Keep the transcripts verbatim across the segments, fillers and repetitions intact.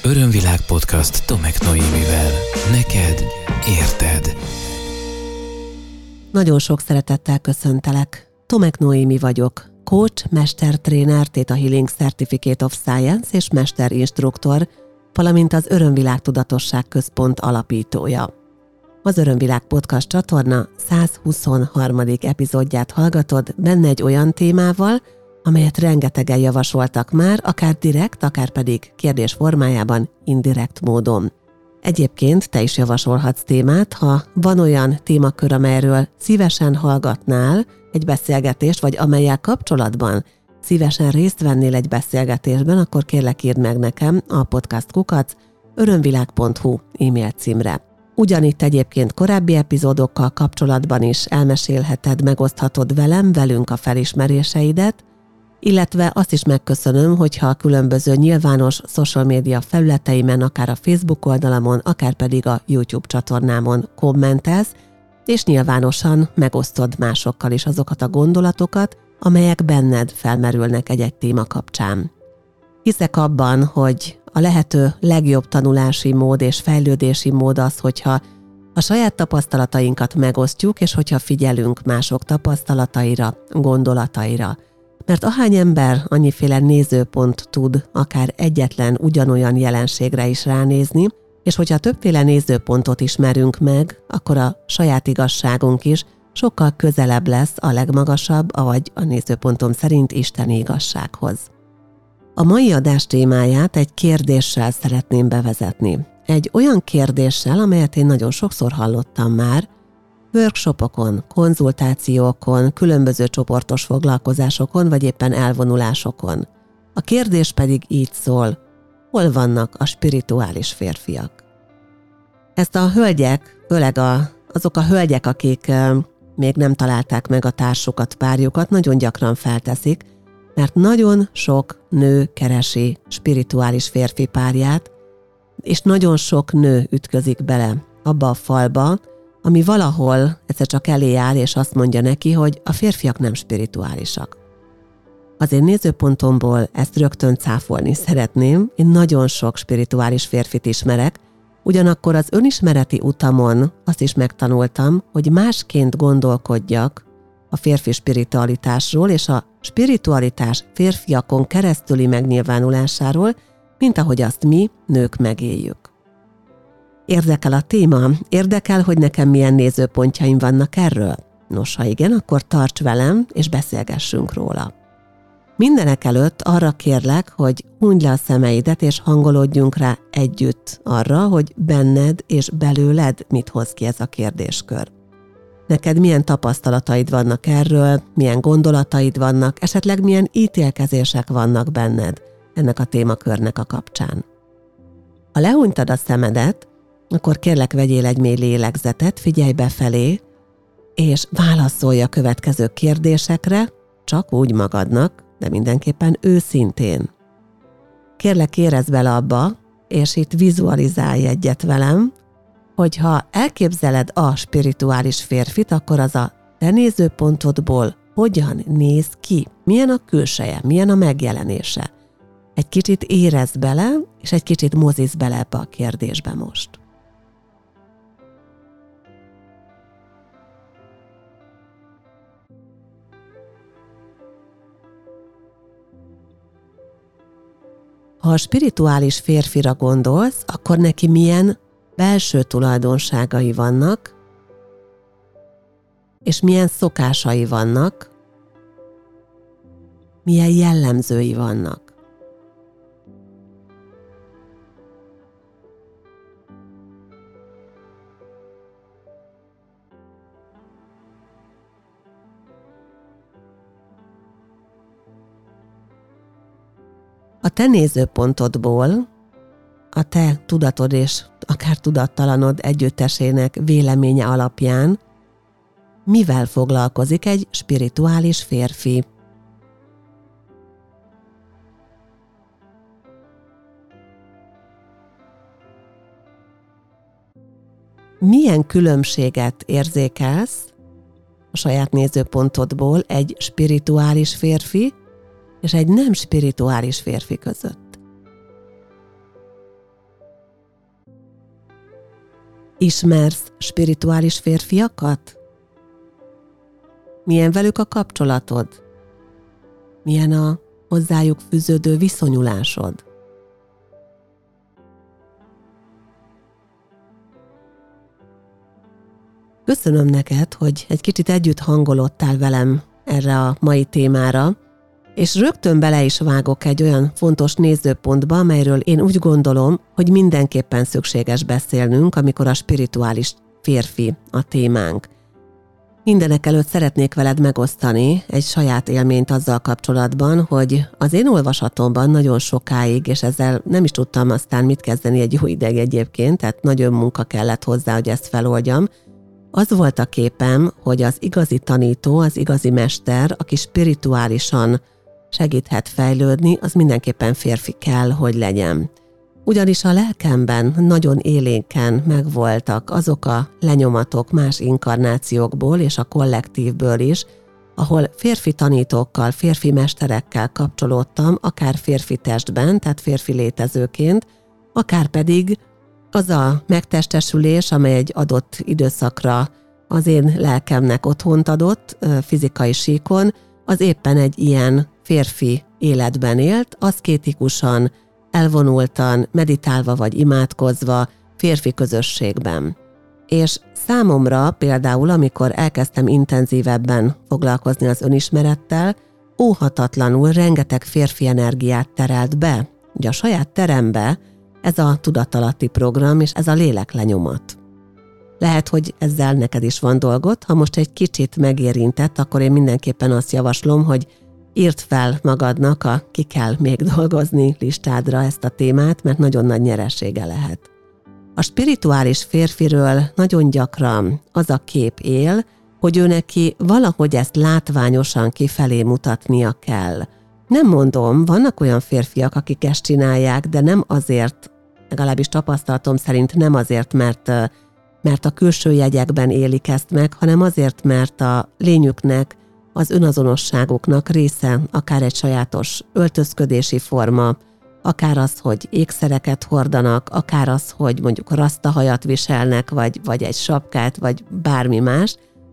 Örömvilág podcast Tomek Noémivel. Neked érted. Nagyon sok szeretettel köszöntelek. Tomek Noémi vagyok. Coach, mestertréner, Theta Healing Certificate of Science és mesterinstruktor, valamint az Örömvilág Tudatosság Központ alapítója. Az Örömvilág podcast csatorna száz huszonharmadik epizódját hallgatod, benne egy olyan témával, amelyet rengetegen javasoltak már, akár direkt, akár pedig kérdés formájában, indirekt módon. Egyébként te is javasolhatsz témát, ha van olyan témakör, amelyről szívesen hallgatnál egy beszélgetést, vagy amellyel kapcsolatban szívesen részt vennél egy beszélgetésben, akkor kérlek írd meg nekem a podcastkukac örömvilág pont hu e-mail címre. Ugyanitt egyébként korábbi epizódokkal kapcsolatban is elmesélheted, megoszthatod velem, velünk a felismeréseidet, illetve azt is megköszönöm, hogyha a különböző nyilvános social média felületeimen, akár a Facebook oldalamon, akár pedig a YouTube csatornámon kommentelsz, és nyilvánosan megosztod másokkal is azokat a gondolatokat, amelyek benned felmerülnek egy-egy téma kapcsán. Hiszek abban, hogy a lehető legjobb tanulási mód és fejlődési mód az, hogyha a saját tapasztalatainkat megosztjuk, és hogyha figyelünk mások tapasztalataira, gondolataira. Mert ahány ember, annyiféle nézőpont tud akár egyetlen ugyanolyan jelenségre is ránézni, és hogyha többféle nézőpontot ismerünk meg, akkor a saját igazságunk is sokkal közelebb lesz a legmagasabb, vagy a nézőpontom szerint isteni igazsághoz. A mai adás témáját egy kérdéssel szeretném bevezetni. Egy olyan kérdéssel, amelyet én nagyon sokszor hallottam már, workshopokon, konzultációkon, különböző csoportos foglalkozásokon, vagy éppen elvonulásokon. A kérdés pedig így szól: hol vannak a spirituális férfiak? Ezt a hölgyek, főleg a, azok a hölgyek, akik e, még nem találták meg a társukat, párjukat, nagyon gyakran felteszik, mert nagyon sok nő keresi spirituális férfi párját, és nagyon sok nő ütközik bele abba a falba, ami valahol egyszer csak elé áll, és azt mondja neki, hogy a férfiak nem spirituálisak. Az én nézőpontomból ezt rögtön cáfolni szeretném. Én nagyon sok spirituális férfit ismerek, ugyanakkor az önismereti utamon azt is megtanultam, hogy másként gondolkodjak a férfi spiritualitásról és a spiritualitás férfiakon keresztüli megnyilvánulásáról, mint ahogy azt mi, nők megéljük. Érdekel a téma? Érdekel, hogy nekem milyen nézőpontjaim vannak erről? Nos, ha igen, akkor tarts velem, és beszélgessünk róla. Mindenek előtt arra kérlek, hogy hunyd le a szemeidet, és hangolódjunk rá együtt arra, hogy benned és belőled mit hoz ki ez a kérdéskör. Neked milyen tapasztalataid vannak erről, milyen gondolataid vannak, esetleg milyen ítélkezések vannak benned ennek a témakörnek a kapcsán. Ha lehunytad a szemedet, akkor kérlek, vegyél egy mély lélegzetet, figyelj befelé, és válaszolj a következő kérdésekre, csak úgy magadnak, de mindenképpen őszintén. Kérlek, érezd bele abba, és itt vizualizálj egyet velem, hogyha elképzeled a spirituális férfit, akkor az a te nézőpontodból hogyan néz ki, milyen a külseje, milyen a megjelenése. Egy kicsit érezd bele, és egy kicsit mozizz bele ebbe a kérdésbe most. Ha a spirituális férfira gondolsz, akkor neki milyen belső tulajdonságai vannak, és milyen szokásai vannak, milyen jellemzői vannak. A te nézőpontodból, a te tudatod és akár tudattalanod együttesének véleménye alapján mivel foglalkozik egy spirituális férfi? Milyen különbséget érzékelsz a saját nézőpontodból egy spirituális férfi és egy nem spirituális férfi között? Ismersz spirituális férfiakat? Milyen velük a kapcsolatod? Milyen a hozzájuk fűződő viszonyulásod? Köszönöm neked, hogy egy kicsit együtt hangolódtál velem erre a mai témára, és rögtön bele is vágok egy olyan fontos nézőpontba, amelyről én úgy gondolom, hogy mindenképpen szükséges beszélnünk, amikor a spirituális férfi a témánk. Mindenek előtt szeretnék veled megosztani egy saját élményt azzal kapcsolatban, hogy az én olvasatomban nagyon sokáig, és ezzel nem is tudtam aztán mit kezdeni egy jó ideig egyébként, tehát nagyon munka kellett hozzá, hogy ezt feloldjam. Az volt a képem, hogy az igazi tanító, az igazi mester, aki spirituálisan segíthet fejlődni, az mindenképpen férfi kell, hogy legyen. Ugyanis a lelkemben nagyon élénken megvoltak azok a lenyomatok más inkarnációkból és a kollektívből is, ahol férfi tanítókkal, férfi mesterekkel kapcsolódtam, akár férfi testben, tehát férfi létezőként, akár pedig az a megtestesülés, amely egy adott időszakra az én lelkemnek otthont adott, fizikai síkon, az éppen egy ilyen férfi életben élt, aszkétikusan, elvonultan, meditálva vagy imádkozva, férfi közösségben. És számomra például, amikor elkezdtem intenzívebben foglalkozni az önismerettel, óhatatlanul rengeteg férfi energiát terelt be, ugye a saját terembe, ez a tudatalatti program, és ez a léleklenyomat. Lehet, hogy ezzel neked is van dolgod, ha most egy kicsit megérintett, akkor én mindenképpen azt javaslom, hogy írd fel magadnak a ki kell még dolgozni listádra ezt a témát, mert nagyon nagy nyeresége lehet. A spirituális férfiről nagyon gyakran az a kép él, hogy ő neki valahogy ezt látványosan kifelé mutatnia kell. Nem mondom, vannak olyan férfiak, akik ezt csinálják, de nem azért, legalábbis tapasztalatom szerint nem azért, mert, mert a külső jegyekben élik ezt meg, hanem azért, mert a lényüknek, az önazonosságuknak része akár egy sajátos öltözködési forma, akár az, hogy ékszereket hordanak, akár az, hogy mondjuk rasztahajat viselnek, vagy, vagy egy sapkát, vagy bármi más.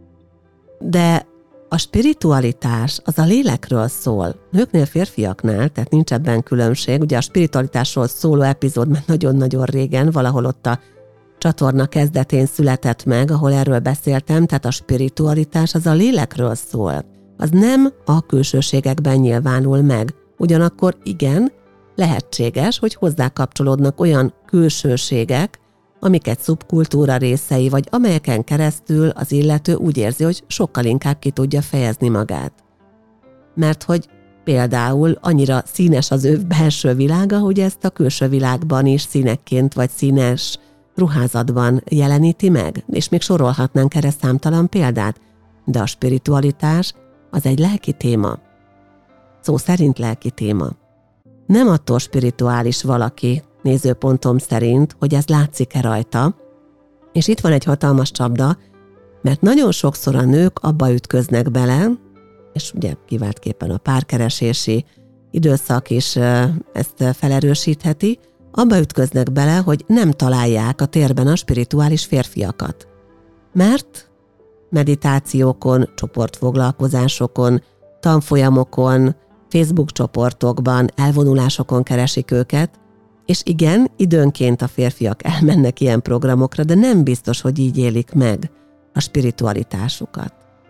De a spiritualitás az a lélekről szól. Nőknél, férfiaknál, tehát nincs ebben különbség. Ugye a spiritualitásról szóló epizód már nagyon-nagyon régen, valahol ott a csatorna kezdetén született meg, ahol erről beszéltem, tehát a spiritualitás az a lélekről szól. Az nem a külsőségekben nyilvánul meg. Ugyanakkor igen, lehetséges, hogy hozzá kapcsolódnak olyan külsőségek, amik egy szubkultúra részei, vagy amelyeken keresztül az illető úgy érzi, hogy sokkal inkább ki tudja fejezni magát. Mert hogy például annyira színes az ő belső világa, hogy ezt a külső világban is színekként vagy színes ruházatban jeleníti meg, és még sorolhatnánk erre számtalan példát, de a spiritualitás az egy lelki téma. Szó szerint lelki téma. Nem attól spirituális valaki, nézőpontom szerint, hogy ez látszik-e rajta, és itt van egy hatalmas csapda, mert nagyon sokszor a nők abba ütköznek bele, és ugye kiváltképpen a párkeresési időszak is ezt felerősítheti, abba ütköznek bele, hogy nem találják a térben a spirituális férfiakat. Mert meditációkon, csoportfoglalkozásokon, tanfolyamokon, Facebook csoportokban, elvonulásokon keresik őket, és igen, időnként a férfiak elmennek ilyen programokra, de nem biztos, hogy így élik meg a spiritualitásukat.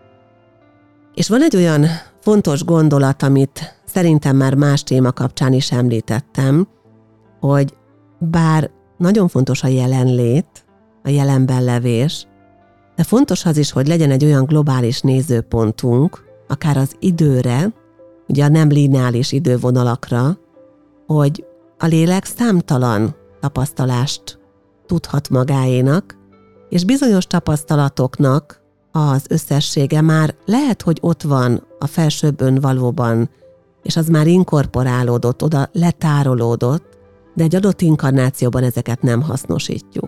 És van egy olyan fontos gondolat, amit szerintem már más téma kapcsán is említettem, hogy bár nagyon fontos a jelenlét, a jelenben levés, de fontos az is, hogy legyen egy olyan globális nézőpontunk, akár az időre, ugye a nem lineáris idővonalakra, hogy a lélek számtalan tapasztalást tudhat magáénak, és bizonyos tapasztalatoknak az összessége már lehet, hogy ott van a felsőbb önvalóban, és az már inkorporálódott, oda letárolódott, de egy adott inkarnációban ezeket nem hasznosítjuk.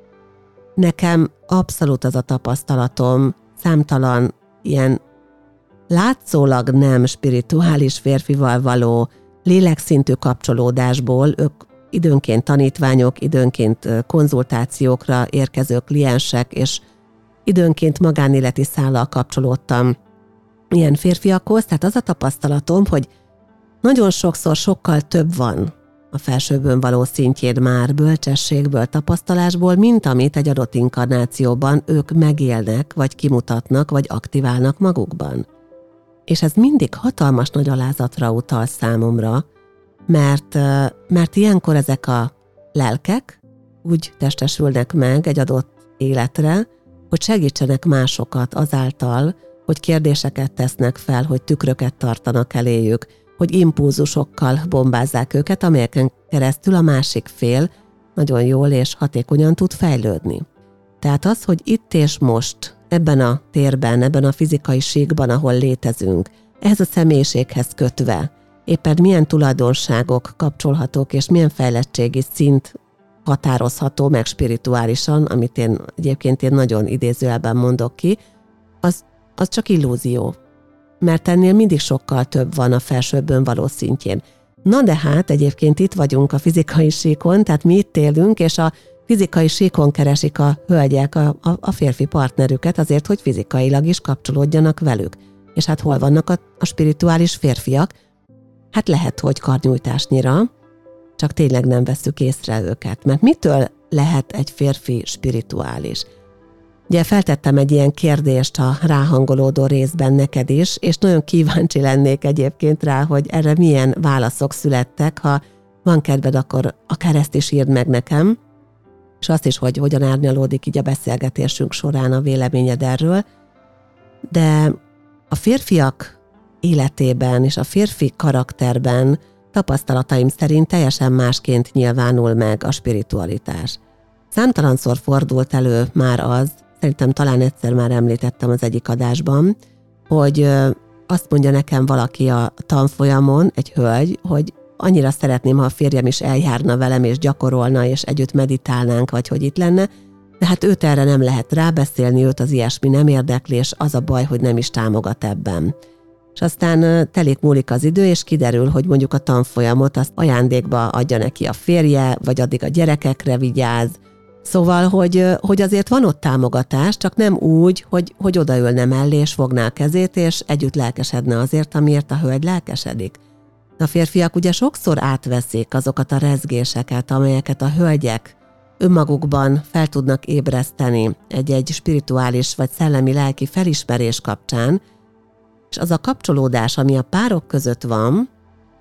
Nekem abszolút az a tapasztalatom, számtalan ilyen látszólag nem spirituális férfival való lélekszintű kapcsolódásból, ők időnként tanítványok, időnként konzultációkra érkező kliensek, és időnként magánéleti szállal kapcsolódtam ilyen férfiakhoz. Tehát az a tapasztalatom, hogy nagyon sokszor sokkal több van a felsőbbön való szintjén már bölcsességből, tapasztalásból, mint amit egy adott inkarnációban ők megélnek, vagy kimutatnak, vagy aktiválnak magukban. És ez mindig hatalmas nagy alázatra utal számomra, mert, mert ilyenkor ezek a lelkek úgy testesülnek meg egy adott életre, hogy segítsenek másokat azáltal, hogy kérdéseket tesznek fel, hogy tükröket tartanak eléjük, hogy impulzusokkal bombázzák őket, amelyeken keresztül a másik fél nagyon jól és hatékonyan tud fejlődni. Tehát az, hogy itt és most, ebben a térben, ebben a fizikai síkban, ahol létezünk, ehhez a személyiséghez kötve, éppen milyen tulajdonságok kapcsolhatók, és milyen fejlettségi szint határozható meg spirituálisan, amit én egyébként én nagyon idézőjelben mondok ki, az, az csak illúzió. Mert ennél mindig sokkal több van a felsőbbön való szintjén. Na de hát egyébként itt vagyunk a fizikai síkon, tehát mi itt élünk, és a fizikai síkon keresik a hölgyek a, a, a férfi partnerüket azért, hogy fizikailag is kapcsolódjanak velük. És hát hol vannak a, a spirituális férfiak? Hát lehet, hogy karnyújtásnyira, csak tényleg nem vesszük észre őket. Mert mitől lehet egy férfi spirituális? Ugye feltettem egy ilyen kérdést a ráhangolódó részben neked is, és nagyon kíváncsi lennék egyébként rá, hogy erre milyen válaszok születtek. Ha van kedved, akkor akár ezt is írd meg nekem, és azt is, hogy hogyan árnyalódik így a beszélgetésünk során a véleményed erről. De a férfiak életében és a férfi karakterben tapasztalataim szerint teljesen másként nyilvánul meg a spiritualitás. Számtalanszor fordult elő már az, szerintem talán egyszer már említettem az egyik adásban, hogy azt mondja nekem valaki a tanfolyamon, egy hölgy, hogy annyira szeretném, ha a férjem is eljárna velem, és gyakorolna, és együtt meditálnánk, vagy hogy itt lenne, de hát őt erre nem lehet rábeszélni, őt az ilyesmi nem érdekli, és az a baj, hogy nem is támogat ebben. És aztán telik múlik az idő, és kiderül, hogy mondjuk a tanfolyamot azt ajándékba adja neki a férje, vagy addig a gyerekekre vigyáz. Szóval, hogy, hogy azért van ott támogatás, csak nem úgy, hogy, hogy odaülne mellé, és fogná a kezét, és együtt lelkesedne azért, amiért a hölgy lelkesedik. A férfiak ugye sokszor átveszik azokat a rezgéseket, amelyeket a hölgyek önmagukban fel tudnak ébreszteni egy-egy spirituális vagy szellemi lelki felismerés kapcsán, és az a kapcsolódás, ami a párok között van,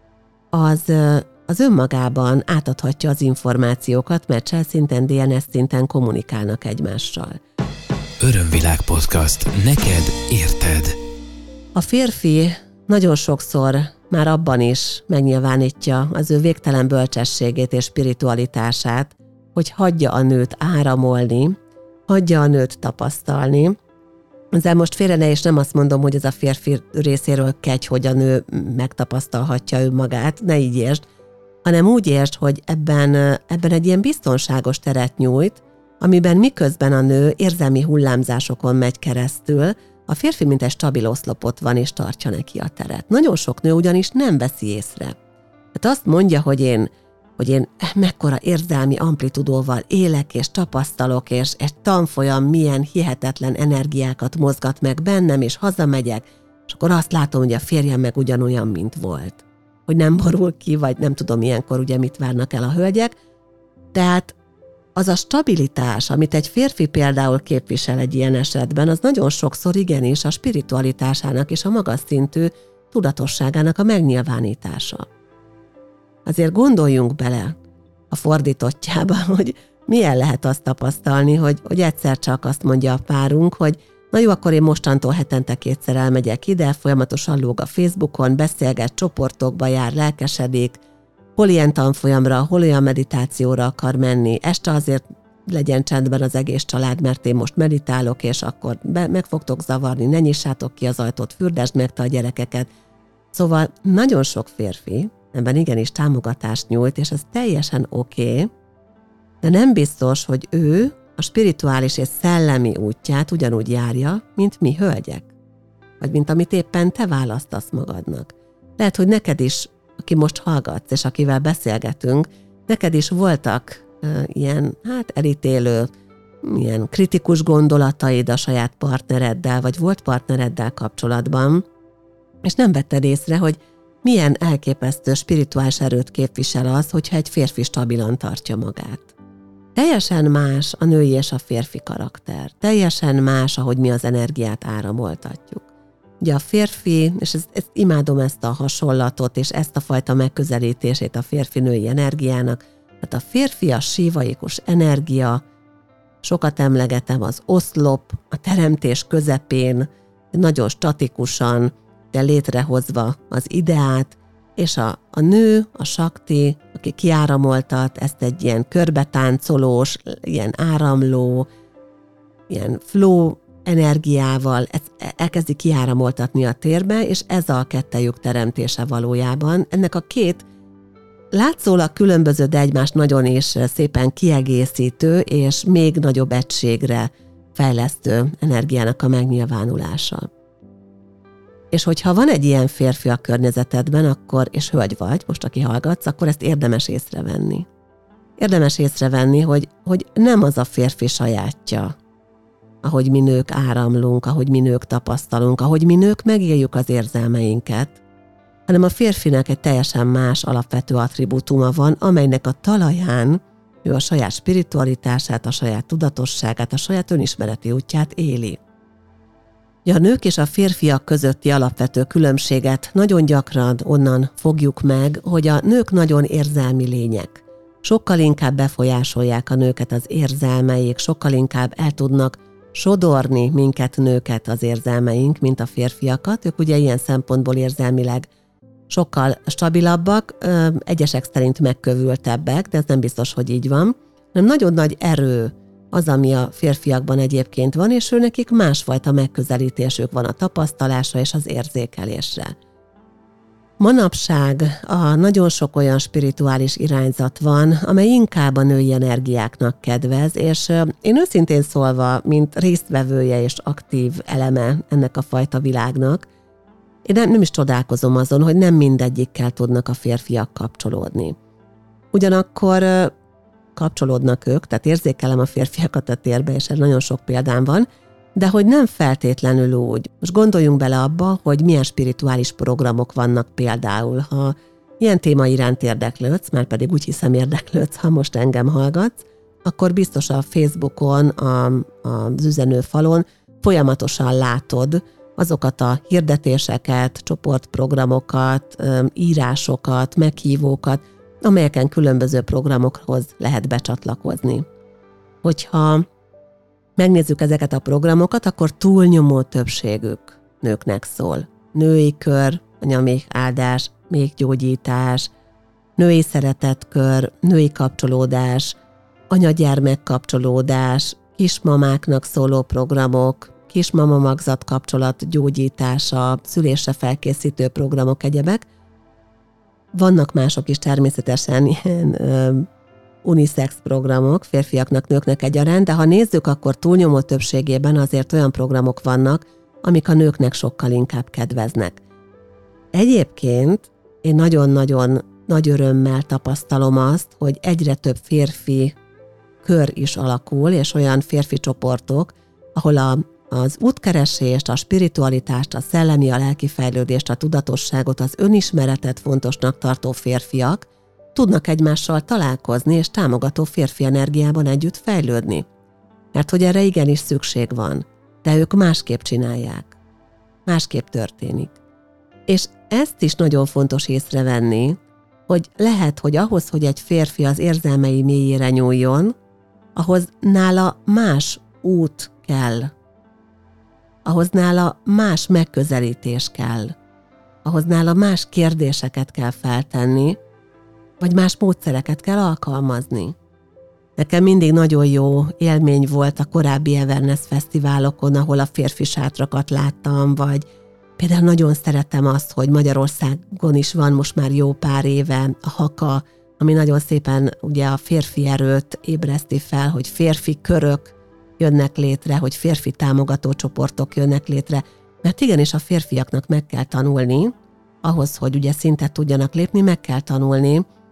az, az önmagában átadhatja az információkat, mert cselszinten, dé en es szinten kommunikálnak egymással. Örömvilág podcast. Neked érted. A férfi nagyon sokszor már abban is megnyilvánítja az ő végtelen bölcsességét és spiritualitását, hogy hagyja a nőt áramolni, hagyja a nőt tapasztalni. Ezzel most félre ne, és nem azt mondom, hogy ez a férfi részéről kegy, hogy a nő megtapasztalhatja önmagát, ne így értsd, hanem úgy értsd, hogy ebben, ebben egy ilyen biztonságos teret nyújt, amiben miközben a nő érzelmi hullámzásokon megy keresztül, a férfi mint egy stabil oszlopot van, és tartja neki a teret. Nagyon sok nő ugyanis nem veszi észre. Hát azt mondja, hogy én, hogy én mekkora érzelmi amplitudóval élek, és tapasztalok, és egy tanfolyam milyen hihetetlen energiákat mozgat meg bennem, és hazamegyek, és akkor azt látom, hogy a férjem meg ugyanolyan, mint volt. Hogy nem borul ki, vagy nem tudom ilyenkor ugye mit várnak el a hölgyek. Tehát az a stabilitás, amit egy férfi például képvisel egy ilyen esetben, az nagyon sokszor igenis a spiritualitásának és a magas szintű tudatosságának a megnyilvánítása. Azért gondoljunk bele a fordítottjába, hogy milyen lehet azt tapasztalni, hogy, hogy egyszer csak azt mondja a párunk, hogy na jó, akkor én mostantól hetente kétszer elmegyek ide, folyamatosan lóg a Facebookon, beszélget, csoportokba jár, lelkesedik, hol ilyen tanfolyamra, hol olyan meditációra akar menni, este azért legyen csendben az egész család, mert én most meditálok, és akkor be, meg fogtok zavarni, ne nyissátok ki az ajtót, fürdesd meg te a gyerekeket. Szóval nagyon sok férfi ebben igenis támogatást nyújt, és ez teljesen oké, okay, de nem biztos, hogy ő a spirituális és szellemi útját ugyanúgy járja, mint mi hölgyek. Vagy mint amit éppen te választasz magadnak. Lehet, hogy neked is, aki most hallgatsz, és akivel beszélgetünk, neked is voltak uh, ilyen, hát elítélő, ilyen kritikus gondolataid a saját partnereddel, vagy volt partnereddel kapcsolatban, és nem vetted észre, hogy milyen elképesztő spirituális erőt képvisel az, hogyha egy férfi stabilan tartja magát. Teljesen más a női és a férfi karakter. Teljesen más, ahogy mi az energiát áramoltatjuk. Ugye a férfi, és ezt, ezt imádom ezt a hasonlatot, és ezt a fajta megközelítését a férfi-női energiának. Tehát a férfi a sívaikus energia, sokat emlegetem az oszlop, a teremtés közepén, nagyon statikusan, de létrehozva az ideát, és a, a nő, a sakti, aki kiáramoltat ezt egy ilyen körbetáncolós, ilyen áramló, ilyen flow energiával, ezt elkezdi kiáramoltatni a térbe, és ez a kettejük teremtése valójában. Ennek a két látszólag különböző, de egymást nagyon is szépen kiegészítő, és még nagyobb egységre fejlesztő energiának a megnyilvánulása. És hogyha van egy ilyen férfi a környezetedben, akkor, és hölgy vagy, most aki hallgatsz, akkor ezt érdemes észrevenni. Érdemes észrevenni, hogy, hogy nem az a férfi sajátja, ahogy mi nők áramlunk, ahogy mi nők tapasztalunk, ahogy mi nők megéljük az érzelmeinket, hanem a férfinek egy teljesen más alapvető attribútuma van, amelynek a talaján ő a saját spiritualitását, a saját tudatosságát, a saját önismereti útját éli. A nők és a férfiak közötti alapvető különbséget nagyon gyakran onnan fogjuk meg, hogy a nők nagyon érzelmi lények. Sokkal inkább befolyásolják a nőket az érzelmeik, sokkal inkább el tudnak sodorni minket nőket az érzelmeink, mint a férfiakat. Ők ugye ilyen szempontból érzelmileg sokkal stabilabbak, egyesek szerint megkövültebbek, de ez nem biztos, hogy így van. Hanem nagyon nagy erő az, ami a férfiakban egyébként van, és ő nekik másfajta megközelítésük van a tapasztalásra és az érzékelésre. Manapság a nagyon sok olyan spirituális irányzat van, amely inkább a női energiáknak kedvez, és én őszintén szólva, mint résztvevője és aktív eleme ennek a fajta világnak, én nem, nem is csodálkozom azon, hogy nem mindegyikkel tudnak a férfiak kapcsolódni. Ugyanakkor kapcsolódnak ők, tehát érzékelem a férfiakat a térbe, és ez nagyon sok példám van, de hogy nem feltétlenül úgy. Most gondoljunk bele abba, hogy milyen spirituális programok vannak például, ha ilyen téma iránt érdeklődsz, már pedig úgy hiszem érdeklődsz, ha most engem hallgatsz, akkor biztos a Facebookon, a, az üzenőfalon folyamatosan látod azokat a hirdetéseket, csoportprogramokat, írásokat, meghívókat, amelyeken különböző programokhoz lehet becsatlakozni. Hogyha megnézzük ezeket a programokat, akkor túlnyomó többségük nőknek szól. Női kör, anyaméh áldás, még gyógyítás, női szeretetkör, női kapcsolódás, anya-gyermek kapcsolódás, kismamáknak szóló programok, kismama magzat kapcsolat gyógyítása, szülésre felkészítő programok, egyebek. Vannak mások is természetesen ilyen ö, unisex programok, férfiaknak, nőknek egyaránt, de ha nézzük, akkor túlnyomó többségében azért olyan programok vannak, amik a nőknek sokkal inkább kedveznek. Egyébként én nagyon-nagyon nagy örömmel tapasztalom azt, hogy egyre több férfi kör is alakul, és olyan férfi csoportok, ahol a, az útkeresést, a spiritualitást, a szellemi, a lelki fejlődést, a tudatosságot, az önismeretet fontosnak tartó férfiak tudnak egymással találkozni, és támogató férfi energiában együtt fejlődni. Mert hogy erre igenis szükség van, de ők másképp csinálják. Másképp történik. És ezt is nagyon fontos észrevenni, hogy lehet, hogy ahhoz, hogy egy férfi az érzelmei mélyére nyúljon, ahhoz nála más út kell. Ahhoz nála más megközelítés kell. Ahhoz nála más kérdéseket kell feltenni, vagy más módszereket kell alkalmazni. Nekem mindig nagyon jó élmény volt a korábbi Awareness fesztiválokon, ahol a férfi sátrakat láttam, vagy például nagyon szeretem azt, hogy Magyarországon is van most már jó pár éve a Haka, ami nagyon szépen ugye a férfi erőt ébreszti fel, hogy férfi körök jönnek létre, hogy férfi támogató csoportok jönnek létre, mert igenis a férfiaknak meg kell tanulni, ahhoz, hogy ugye szintet tudjanak lépni, meg kell tanulni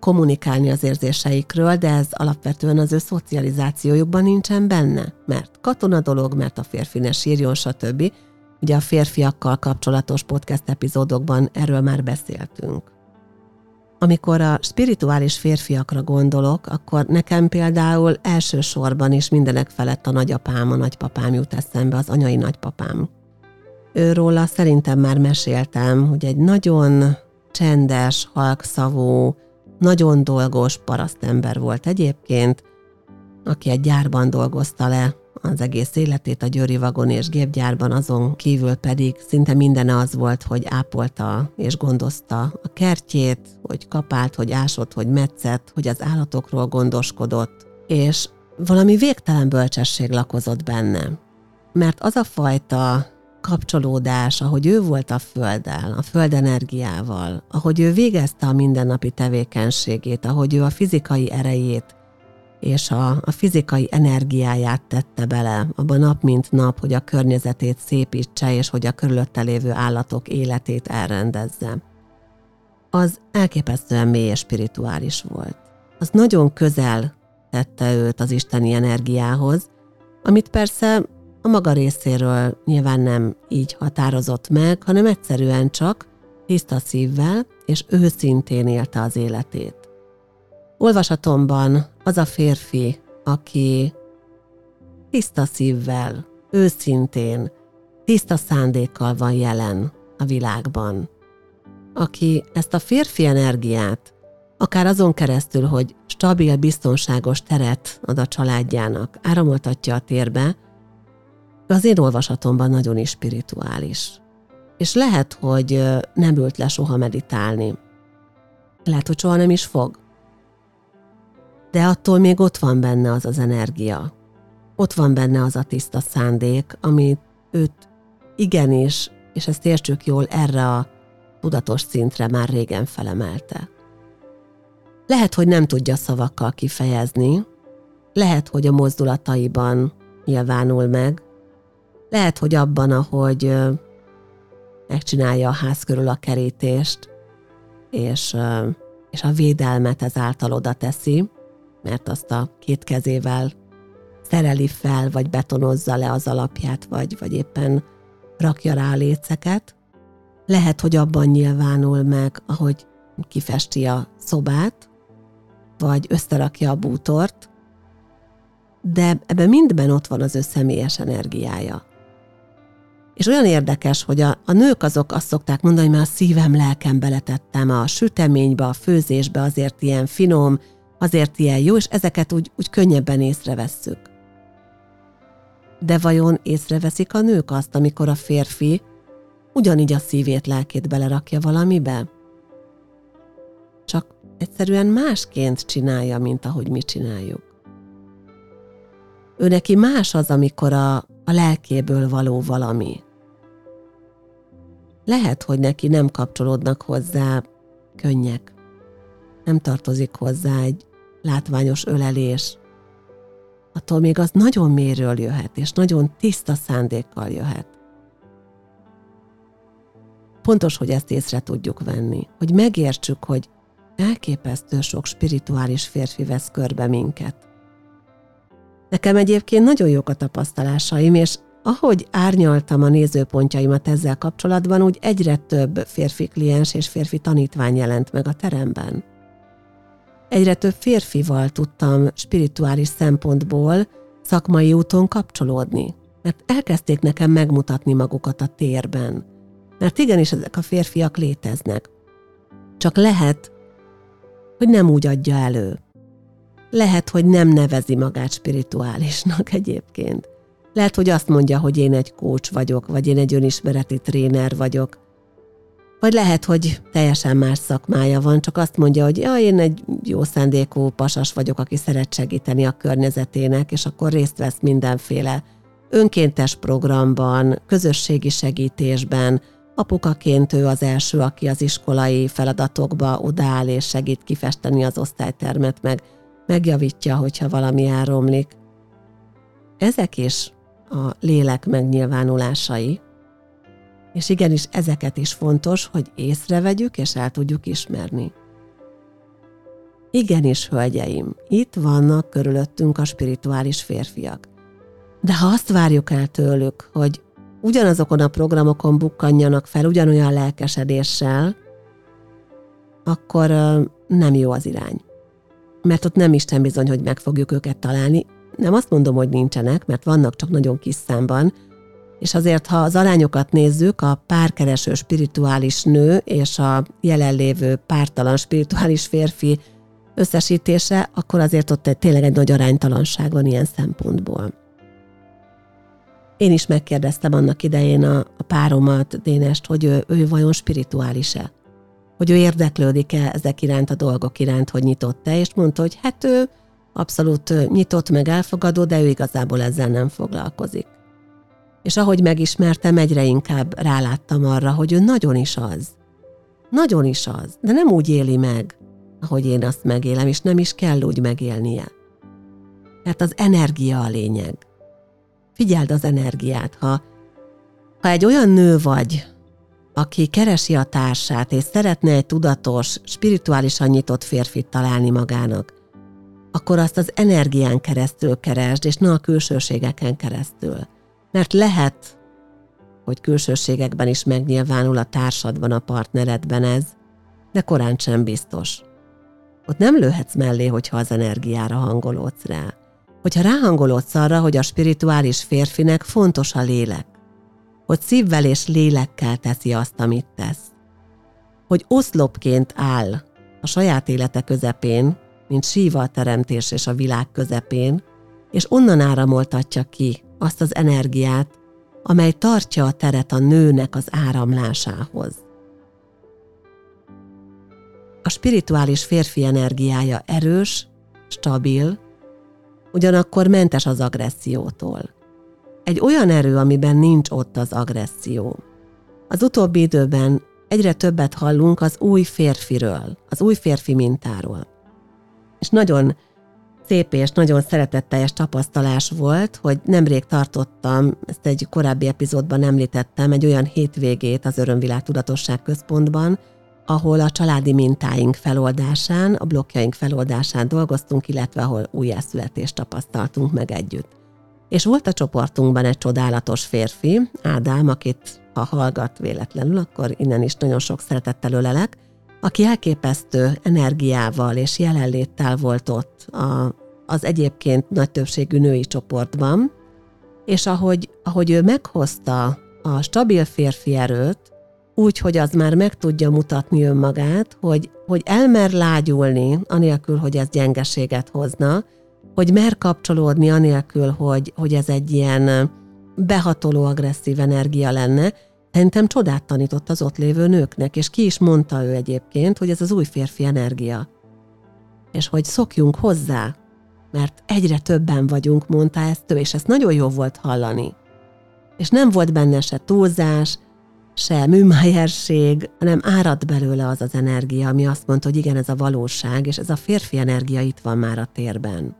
kommunikálni az érzéseikről, de ez alapvetően az ő szocializációjukban nincsen benne, mert katona dolog, mert a férfi ne sírjon, stb. Ugye a férfiakkal kapcsolatos podcast epizódokban erről már beszéltünk. Amikor a spirituális férfiakra gondolok, akkor nekem például elsősorban is mindenek felett a nagyapám, a nagypapám jut eszembe, az anyai nagypapám. Őróla szerintem már meséltem, hogy egy nagyon csendes, halkszavú, nagyon dolgos parasztember volt egyébként, aki egy gyárban dolgozta le az egész életét, a győri vagon és gépgyárban, azon kívül pedig szinte minden az volt, hogy ápolta és gondozta a kertjét, hogy kapált, hogy ásott, hogy metszett, hogy az állatokról gondoskodott, és valami végtelen bölcsesség lakozott benne. Mert az a fajta kapcsolódás, ahogy ő volt a földdel, a földenergiával, ahogy ő végezte a mindennapi tevékenységét, ahogy ő a fizikai erejét és a, a fizikai energiáját tette bele abban nap mint nap, hogy a környezetét szépítse, és hogy a körülötte lévő állatok életét elrendezze. Az elképesztően mély és spirituális volt. Az nagyon közel tette őt az isteni energiához, amit persze a maga részéről nyilván nem így határozott meg, hanem egyszerűen csak tiszta szívvel és őszintén élte az életét. Olvasatomban az a férfi, aki tiszta szívvel, őszintén, tiszta szándékkal van jelen a világban, aki ezt a férfi energiát, akár azon keresztül, hogy stabil, biztonságos teret ad a családjának, áramoltatja a térbe, az én olvasatomban nagyon is spirituális. És lehet, hogy nem ült le soha meditálni. Lehet, hogy soha nem is fog. De attól még ott van benne az az energia. Ott van benne az a tiszta szándék, ami őt igenis, és ezt értsük jól, erre a tudatos szintre már régen felemelte. Lehet, hogy nem tudja szavakkal kifejezni, lehet, hogy a mozdulataiban nyilvánul meg, lehet, hogy abban, ahogy megcsinálja a ház körül a kerítést, és, és a védelmet ezáltal oda teszi, mert azt a két kezével szereli fel, vagy betonozza le az alapját, vagy, vagy éppen rakja rá a léceket. Lehet, hogy abban nyilvánul meg, ahogy kifesti a szobát, vagy összerakja a bútort, de ebben mindben ott van az ő személyes energiája. És olyan érdekes, hogy a, a nők azok azt szokták mondani, hogy már a szívem, lelkem beletettem a süteménybe, a főzésbe, azért ilyen finom, azért ilyen jó, és ezeket úgy, úgy könnyebben észrevesszük. De vajon észreveszik a nők azt, amikor a férfi ugyanígy a szívét, lelkét belerakja valamibe? Csak egyszerűen másként csinálja, mint ahogy mi csináljuk. Ő neki más az, amikor a, a lelkéből való valami. Lehet, hogy neki nem kapcsolódnak hozzá könnyek. Nem tartozik hozzá egy látványos ölelés. Attól még az nagyon mélyről jöhet, és nagyon tiszta szándékkal jöhet. Pontos, hogy ezt észre tudjuk venni, hogy megértsük, hogy elképesztő sok spirituális férfi vesz körbe minket. Nekem egyébként nagyon jók a tapasztalásaim, és ahogy árnyaltam a nézőpontjaimat ezzel kapcsolatban, úgy egyre több férfi kliens és férfi tanítvány jelent meg a teremben. Egyre több férfival tudtam spirituális szempontból szakmai úton kapcsolódni, mert elkezdték nekem megmutatni magukat a térben. Mert igenis ezek a férfiak léteznek. Csak lehet, hogy nem úgy adja elő. Lehet, hogy nem nevezi magát spirituálisnak egyébként. Lehet, hogy azt mondja, hogy én egy coach vagyok, vagy én egy önismereti tréner vagyok. Vagy lehet, hogy teljesen más szakmája van, csak azt mondja, hogy ja, én egy jó szándékú pasas vagyok, aki szeret segíteni a környezetének, és akkor részt vesz mindenféle önkéntes programban, közösségi segítésben. Apukaként ő az első, aki az iskolai feladatokba odaáll és segít kifesteni az osztálytermet, meg megjavítja, hogyha valami elromlik. Ezek is a lélek megnyilvánulásai, és igenis ezeket is fontos, hogy észrevegyük és el tudjuk ismerni. Igenis, hölgyeim, itt vannak körülöttünk a spirituális férfiak. De ha azt várjuk el tőlük, hogy ugyanazokon a programokon bukkanjanak fel, ugyanolyan lelkesedéssel, akkor nem jó az irány. Mert ott nem Isten bizony, hogy meg fogjuk őket találni. Nem azt mondom, hogy nincsenek, mert vannak, csak nagyon kis számban. És azért, ha az arányokat nézzük, a párkereső spirituális nő és a jelenlévő pártalan spirituális férfi összesítése, akkor azért ott egy, tényleg egy nagy aránytalanság van ilyen szempontból. Én is megkérdeztem annak idején a, a páromat, Dénest, hogy ő, ő vajon spirituális-e? Hogy ő érdeklődik-e ezek iránt, a dolgok iránt, hogy nyitott-e, és mondta, hogy hát ő abszolút nyitott, meg elfogadó, de ő igazából ezzel nem foglalkozik. És ahogy megismertem, egyre inkább ráláttam arra, hogy ő nagyon is az. Nagyon is az, de nem úgy éli meg, ahogy én azt megélem, és nem is kell úgy megélnie. Tehát az energia a lényeg. Figyeld az energiát, ha, ha egy olyan nő vagy, aki keresi a társát, és szeretne egy tudatos, spirituálisan nyitott férfit találni magának, akkor azt az energián keresztül keresd, és ne a külsőségeken keresztül. Mert lehet, hogy külsőségekben is megnyilvánul a társadban, a partneredben ez, de korán sem biztos. Ott nem lőhetsz mellé, hogyha az energiára hangolódsz rá. Hogyha ráhangolódsz arra, hogy a spirituális férfinek fontos a lélek, hogy szívvel és lélekkel teszi azt, amit tesz, hogy oszlopként áll a saját élete közepén, mint síva a teremtés és a világ közepén, és onnan áramoltatja ki azt az energiát, amely tartja a teret a nőnek az áramlásához. A spirituális férfi energiája erős, stabil, ugyanakkor mentes az agressziótól. Egy olyan erő, amiben nincs ott az agresszió. Az utóbbi időben egyre többet hallunk az új férfiről, az új férfi mintáról. És nagyon szép és nagyon szeretetteljes tapasztalás volt, hogy nemrég tartottam, ezt egy korábbi epizódban említettem, egy olyan hétvégét az Örömvilág Tudatosság Központban, ahol a családi mintáink feloldásán, a blokkjaink feloldásán dolgoztunk, illetve ahol újjászületést tapasztaltunk meg együtt. És volt a csoportunkban egy csodálatos férfi, Ádám, akit ha hallgat véletlenül, akkor innen is nagyon sok szeretettel ölelek, aki elképesztő energiával és jelenléttel volt ott a, az egyébként nagy többségű női csoportban, és ahogy, ahogy ő meghozta a stabil férfi erőt, úgy, hogy az már meg tudja mutatni önmagát, hogy, hogy elmer lágyulni, anélkül, hogy ez gyengeséget hozna, hogy mer kapcsolódni anélkül, hogy, hogy ez egy ilyen behatoló, agresszív energia lenne. Szerintem csodát tanított az ott lévő nőknek, és ki is mondta ő egyébként, hogy ez az új férfi energia. És hogy szokjunk hozzá, mert egyre többen vagyunk, mondta ezt ő, és ezt nagyon jó volt hallani. És nem volt benne se túlzás, se műmájerség, hanem árad belőle az az energia, ami azt mondta, hogy igen, ez a valóság, és ez a férfi energia itt van már a térben.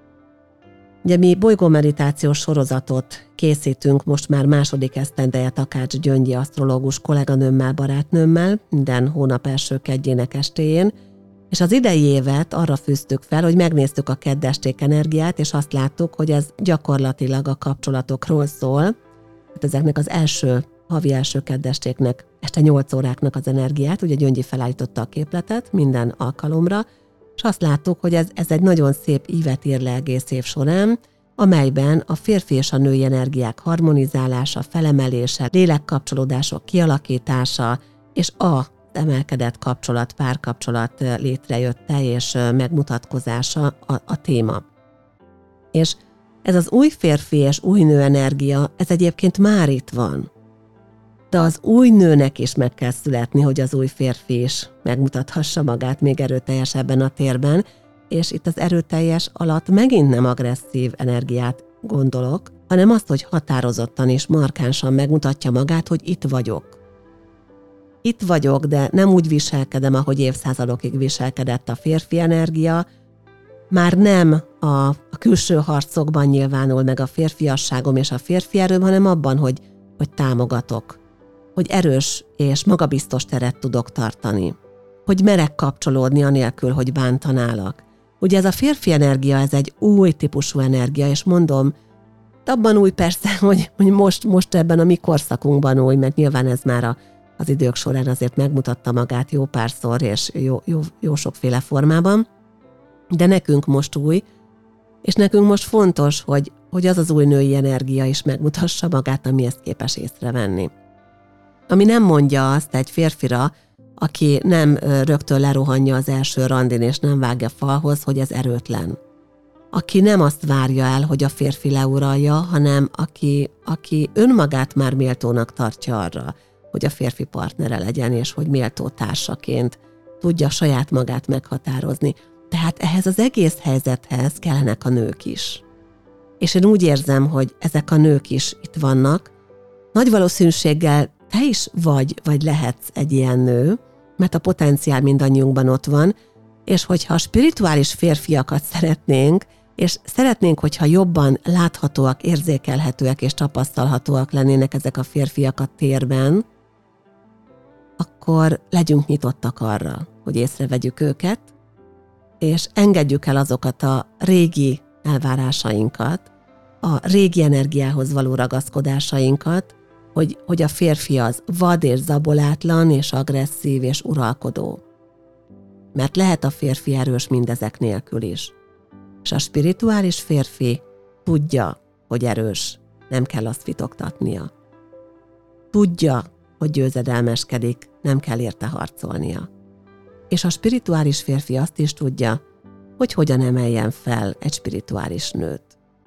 Ugye mi bolygómeditációs sorozatot készítünk most már második esztendeje Takács Gyöngyi asztrológus kolléganőmmel, barátnőmmel, minden hónap első kedjének estéjén, és az idei évet arra fűztük fel, hogy megnéztük a keddesték energiát, és azt láttuk, hogy ez gyakorlatilag a kapcsolatokról szól. Hát ezeknek az első, havi első keddestéknek, este nyolc óráknak az energiát, ugye Gyöngyi felállította a képletet minden alkalomra, és azt láttuk, hogy ez, ez egy nagyon szép ívet ír le egész év során, amelyben a férfi és a női energiák harmonizálása, felemelése, lélekkapcsolódások kialakítása és a emelkedett kapcsolat, párkapcsolat létrejötte és megmutatkozása a, a téma. És ez az új férfi és új nő energia, ez egyébként már itt van. De az új nőnek is meg kell születni, hogy az új férfi is megmutathassa magát még erőteljesebben a térben, és itt az erőteljes alatt megint nem agresszív energiát gondolok, hanem azt, hogy határozottan és markánsan megmutatja magát, hogy itt vagyok. Itt vagyok, de nem úgy viselkedem, ahogy évszázadokig viselkedett a férfi energia, már nem a, a külső harcokban nyilvánul meg a férfiasságom és a férfi erőm, hanem abban, hogy, hogy támogatok, hogy erős és magabiztos teret tudok tartani, hogy merek kapcsolódni anélkül, hogy bántanálak. Ugye ez a férfi energia, ez egy új típusú energia, és mondom, abban új persze, hogy, hogy most, most ebben a mi korszakunkban új, mert nyilván ez már a, az idők során azért megmutatta magát jó párszor, és jó, jó, jó sokféle formában, de nekünk most új, és nekünk most fontos, hogy, hogy az az új női energia is megmutassa magát, ami ezt képes észrevenni. Ami nem mondja azt egy férfira, aki nem rögtön lerohanja az első randin, és nem vágja falhoz, hogy ez erőtlen. Aki nem azt várja el, hogy a férfi leuralja, hanem aki, aki önmagát már méltónak tartja arra, hogy a férfi partnere legyen, és hogy méltó társaként tudja saját magát meghatározni. Tehát ehhez az egész helyzethez kellenek a nők is. És én úgy érzem, hogy ezek a nők is itt vannak. Nagy valószínűséggel te is vagy, vagy lehetsz egy ilyen nő, mert a potenciál mindannyiunkban ott van, és hogyha spirituális férfiakat szeretnénk, és szeretnénk, hogyha jobban láthatóak, érzékelhetőek és tapasztalhatóak lennének ezek a férfiak a térben, akkor legyünk nyitottak arra, hogy észrevegyük őket, és engedjük el azokat a régi elvárásainkat, a régi energiához való ragaszkodásainkat, hogy, hogy a férfi az vad és zabolátlan, és agresszív és uralkodó. Mert lehet a férfi erős mindezek nélkül is. És a spirituális férfi tudja, hogy erős, nem kell azt fitoktatnia. Tudja, hogy győzedelmeskedik, nem kell érte harcolnia. És a spirituális férfi azt is tudja, hogy hogyan emeljen fel egy spirituális nőt.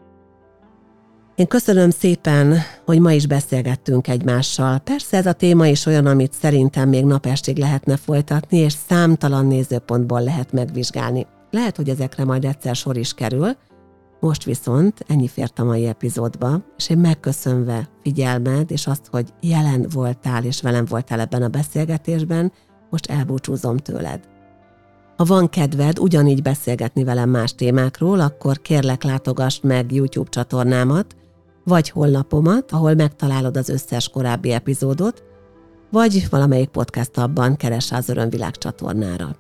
Én köszönöm szépen, hogy ma is beszélgettünk egymással. Persze ez a téma is olyan, amit szerintem még napestig lehetne folytatni, és számtalan nézőpontból lehet megvizsgálni. Lehet, hogy ezekre majd egyszer sor is kerül, most viszont ennyi fért a mai epizódba, és én megköszönve figyelmed, és azt, hogy jelen voltál, és velem voltál ebben a beszélgetésben, most elbúcsúzom tőled. Ha van kedved ugyanígy beszélgetni velem más témákról, akkor kérlek látogass meg YouTube csatornámat, vagy honlapomat, ahol megtalálod az összes korábbi epizódot, vagy valamelyik podcast abban keress az Örömvilág csatornára.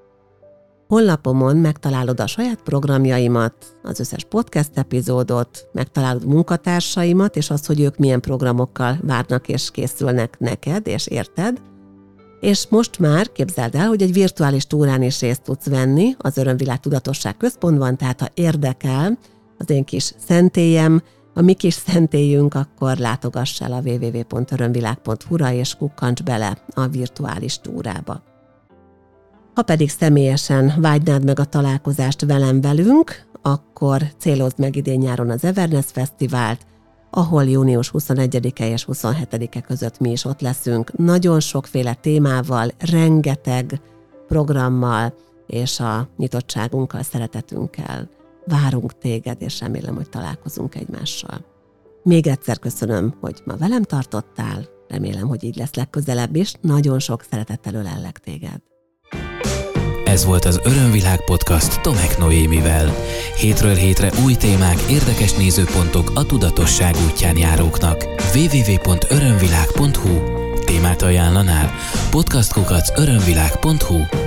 Honlapomon megtalálod a saját programjaimat, az összes podcast epizódot, megtalálod munkatársaimat, és azt, hogy ők milyen programokkal várnak és készülnek neked és érted. És most már képzeld el, hogy egy virtuális túrán is részt tudsz venni az Örömvilág Tudatosság Központban, tehát ha érdekel az én kis szentélyem, a mi kis szentélyünk, akkor látogass el a double-u double-u double-u pont örömvilág pont hu-ra és kukkancs bele a virtuális túrába. Ha pedig személyesen vágynád meg a találkozást velem velünk, akkor célozd meg idén-nyáron az Everness Fesztivált, ahol június huszonegyedike és huszonhetedike között mi is ott leszünk, nagyon sokféle témával, rengeteg programmal és a nyitottságunkkal, szeretetünkkel. Várunk téged, és remélem, hogy találkozunk egymással. Még egyszer köszönöm, hogy ma velem tartottál, remélem, hogy így lesz legközelebb is, nagyon sok szeretettel ölellek téged. Ez volt az Örömvilág Podcast Tomek Noémivel. Hétről hétre új témák, érdekes nézőpontok a tudatosság útján járóknak. double-u double-u double-u pont örömvilág pont hu Témát ajánlanál? podcast kukac örömvilág pont hu